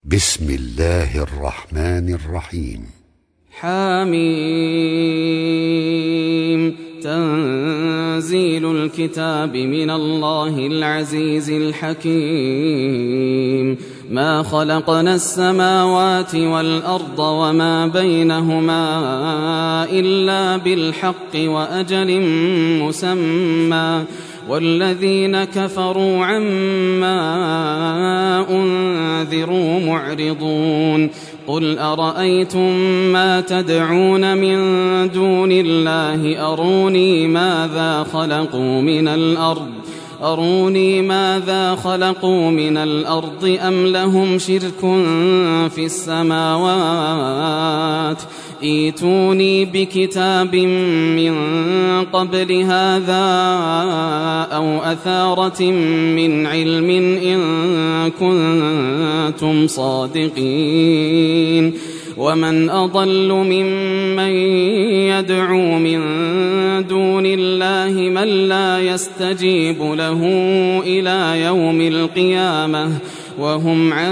بسم الله الرحمن الرحيم. حميم. تنزيل الكتاب من الله العزيز الحكيم. ما خلقنا السماوات والأرض وما بينهما إلا بالحق وأجل مسمى، والذين كفروا عما أنذروا معرضون. قل أرأيتم ما تدعون من دون الله أروني ماذا خلقوا من الأرض أم لهم شرك في السماوات. ائتوني بكتاب من قبل هذا أو أثارة من علم إن كنتم صادقين. ومن أضل ممن يدعو من دون الله من لا يستجيب له إلى يوم القيامة وهم عن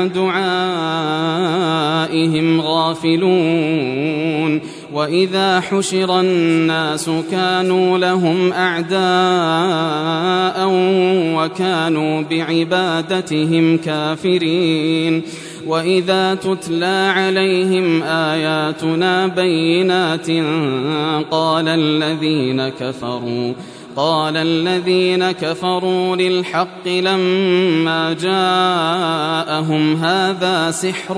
دعائهم غافلون. وإذا حشر الناس كانوا لهم أعداء وكانوا بعبادتهم كافرين. وإذا تتلى عليهم آياتنا بينات قال الذين كفروا للحق لما جاءهم هذا سحر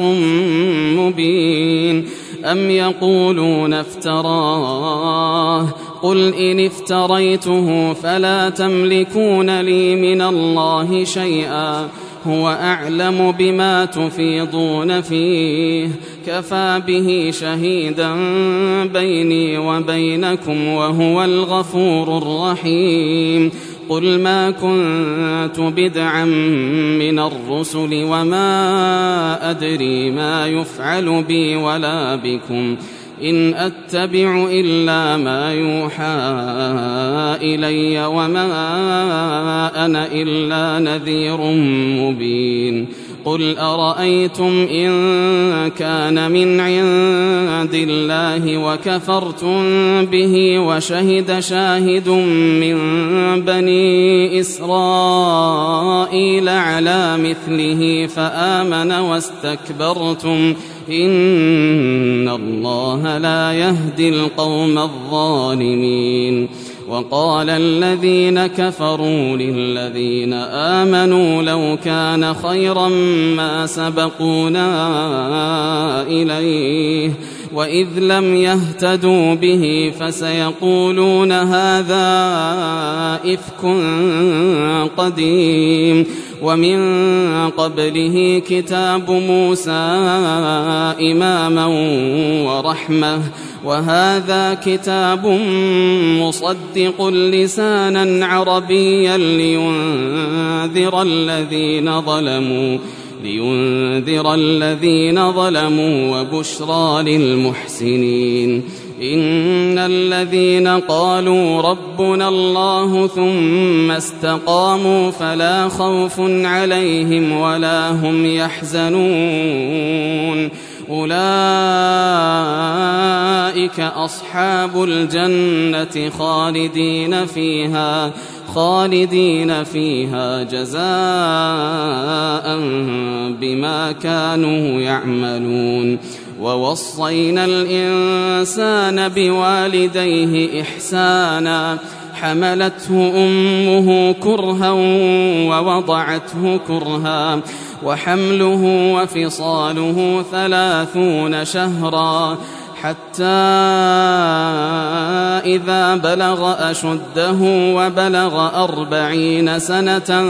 مبين. أم يقولون افتراه قل إن افتريته فلا تملكون لي من الله شيئا هو أعلم بما تفيضون فيه كفى به شهيدا بيني وبينكم وهو الغفور الرحيم. قل ما كنت بدعا من الرسل وما أدري ما يفعل بي ولا بكم إن أتبع إلا ما يوحى إلي وما أنا إلا نذير مبين. قل أرأيتم إن كان من عند الله وكفرتم به وشهد شاهد من بني إسرائيل على مثله فآمن واستكبرتم إن الله لا يهدي القوم الظالمين. وقال الذين كفروا للذين آمنوا لو كان خيرا ما سبقونا إليه وإذ لم يهتدوا به فسيقولون هذا إفك قديم. ومن قبله كتاب موسى إماما ورحمة وهذا كتاب مصدق لسانا عربيا لينذر الذين ظلموا وبشرى للمحسنين. إن الذين قالوا ربنا الله ثم استقاموا فلا خوف عليهم ولا هم يحزنون أولئك أصحاب الجنة خالدين فيها جزاء بما كانوا يعملون. ووصينا الإنسان بوالديه إحسانا حملته أمه كرها ووضعته كرها وحمله وفصاله 30 شهرا حتى إذا بلغ أشده وبلغ 40 سنة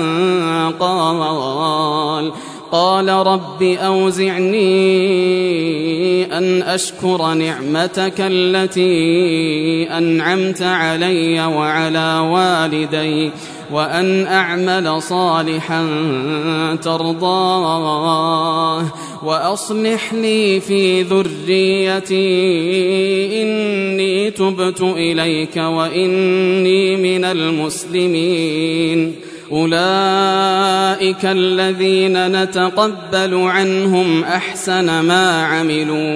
قال رب أوزعني أن أشكر نعمتك التي أنعمت علي وعلى والدي وأن أعمل صالحا ترضاه وأصلح لي في ذريتي إني تبت إليك وإني من المسلمين. أولئك الذين نتقبل عنهم أحسن ما عملوا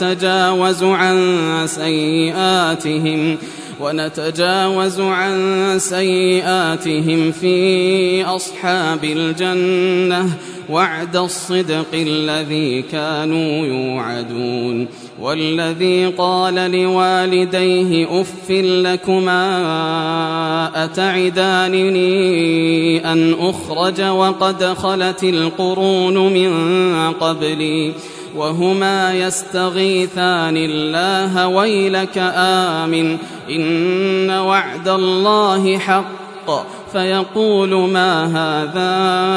ونتجاوز عن سيئاتهم في أصحاب الجنة وعد الصدق الذي كانوا يوعدون. والذي قال لوالديه أف لكما أتعدانني أن أخرج وقد خلت القرون من قبلي وهما يستغيثان الله ويلك آمن إن وعد الله حق فيقول ما هذا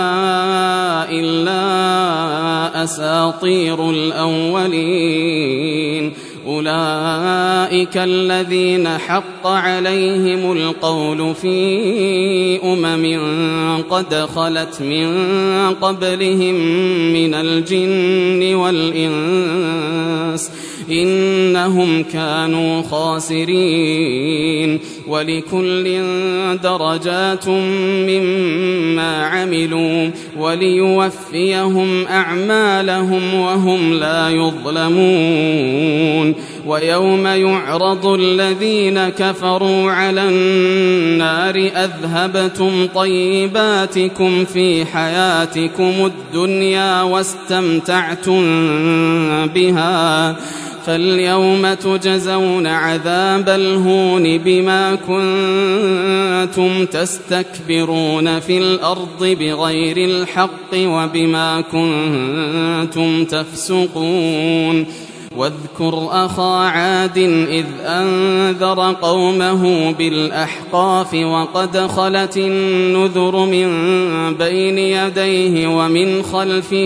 إلا أساطير الأولين. أولئك الذين حق عليهم القول في قد خلت من قبلهم من الجن والإنس إنهم كانوا خاسرين. ولكل درجات مما عملوا وليوفيهم أعمالهم وهم لا يظلمون. ويوم يعرض الذين كفروا على النار أذهبتم طيباتكم في حياتكم الدنيا واستمتعتم بها فاليوم تجزون عذاب الهون بما كنتم تستكبرون في الأرض بغير الحق وبما كنتم تفسقون. واذكر أخا عاد إذ أنذر قومه بالأحقاف وقد خلت النذر من بين يديه ومن خلفه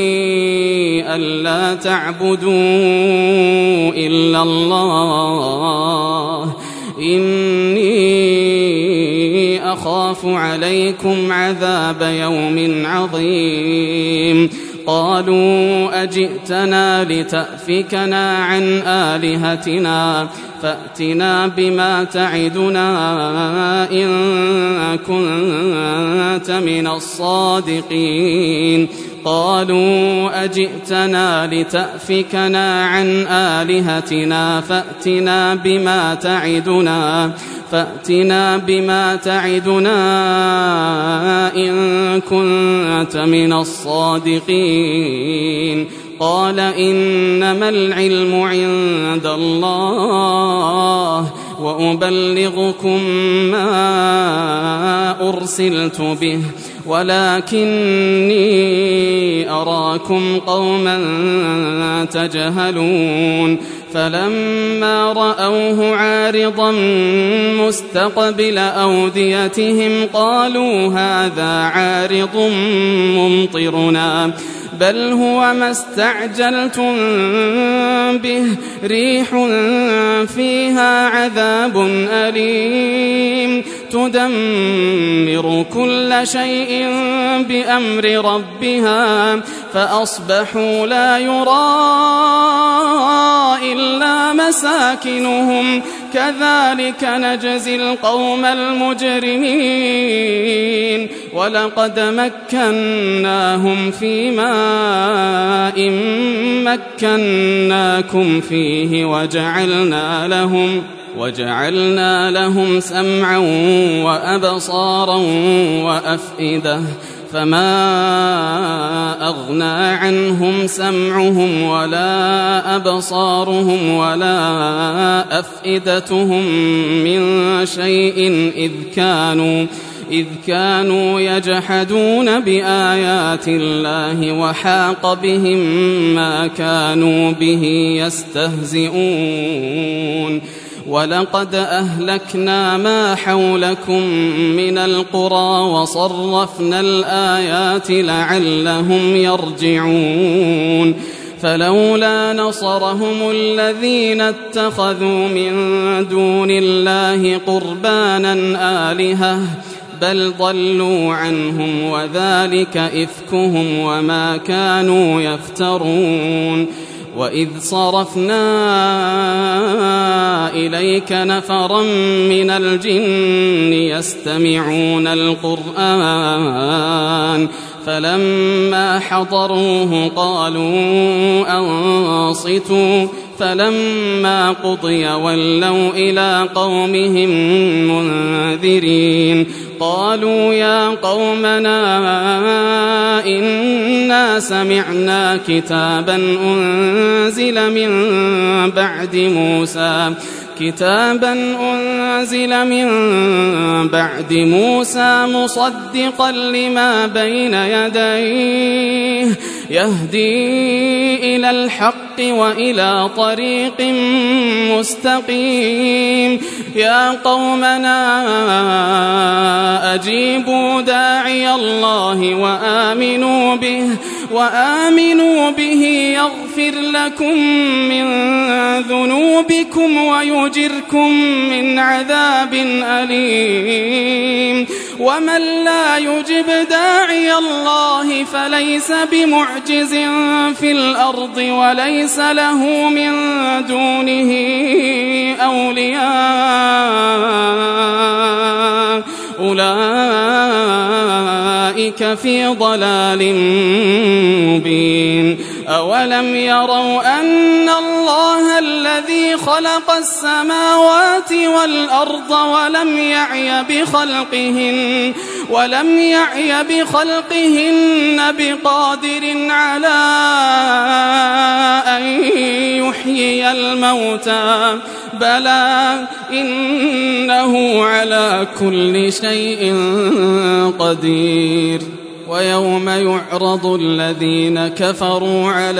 ألا تعبدوا إلا الله إني أخاف عليكم عذاب يوم عظيم. قالوا أجئتنا لتأفكنا عن آلهتنا فأتنا بما تعدنا إن كنت من الصادقين. قالوا أجئتنا لتأفكنا عن آلهتنا فأتنا بما تعدنا إن كنت من الصادقين. قال إنما العلم عند الله وأبلغكم ما أرسلت به ولكني أراكم قوما تجهلون. فلما رأوه عارضا مستقبل أوديتهم قالوا هذا عارض ممطرنا بل هو ما استعجلتم به ريح فيها عذاب أليم تدمر كل شيء بأمر ربها فأصبحوا لا يرى إلا مساكنهم كذلك نجزي القوم المجرمين. ولقد مكناهم في ماء مكناكم فيه وجعلنا لهم سمعا وأبصارا وأفئدة فما أغنى عنهم سمعهم ولا أبصارهم ولا أفئدتهم من شيء إذ كانوا يجحدون بآيات الله وحاق بهم ما كانوا به يستهزئون. ولقد أهلكنا ما حولكم من القرى وصرفنا الآيات لعلهم يرجعون. فلولا نصرهم الذين اتخذوا من دون الله قربانا آلهة بل ضلوا عنهم وذلك إفكهم وما كانوا يفترون. وإذ صرفنا إليك نفرا من الجن يستمعون القرآن فلما حضروه قالوا أنصتوا فلما قضي ولوا إلى قومهم منذرين قالوا يا قومنا إنا سمعنا كتابا أنزل من بعد موسى مصدقا لما بين يديه يهدي إلى الحق وإلى طريق مستقيم يا قومنا أجيبوا داعي الله وآمنوا به يغفر لكم من ذنوبكم ويجركم من عذاب أليم ومن لا يجب داعي الله فليس بمعجز في الأرض وليس له من دونه أولياء أولئك في ضلال مبين أولم يروا أن الله الذي خلق السماوات والأرض ولم يعي بخلقهن بقادر على أن يحيي الموتى بلى إنه على كل شيء قدير ويوم يعرض الذين كفروا على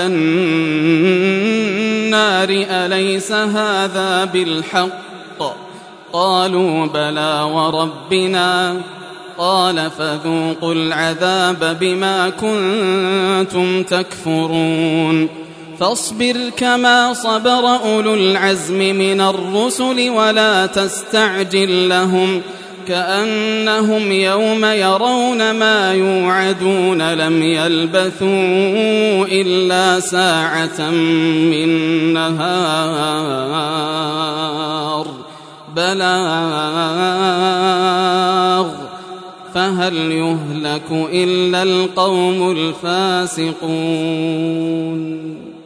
النار أليس هذا بالحق قالوا بلى وربنا قال فذوقوا العذاب بما كنتم تكفرون فاصبر كما صبر أولو العزم من الرسل ولا تستعجل لهم كأنهم يوم يرون ما يوعدون لم يلبثوا إلا ساعة من نهار بلاغ فهل يهلك إلا القوم الفاسقون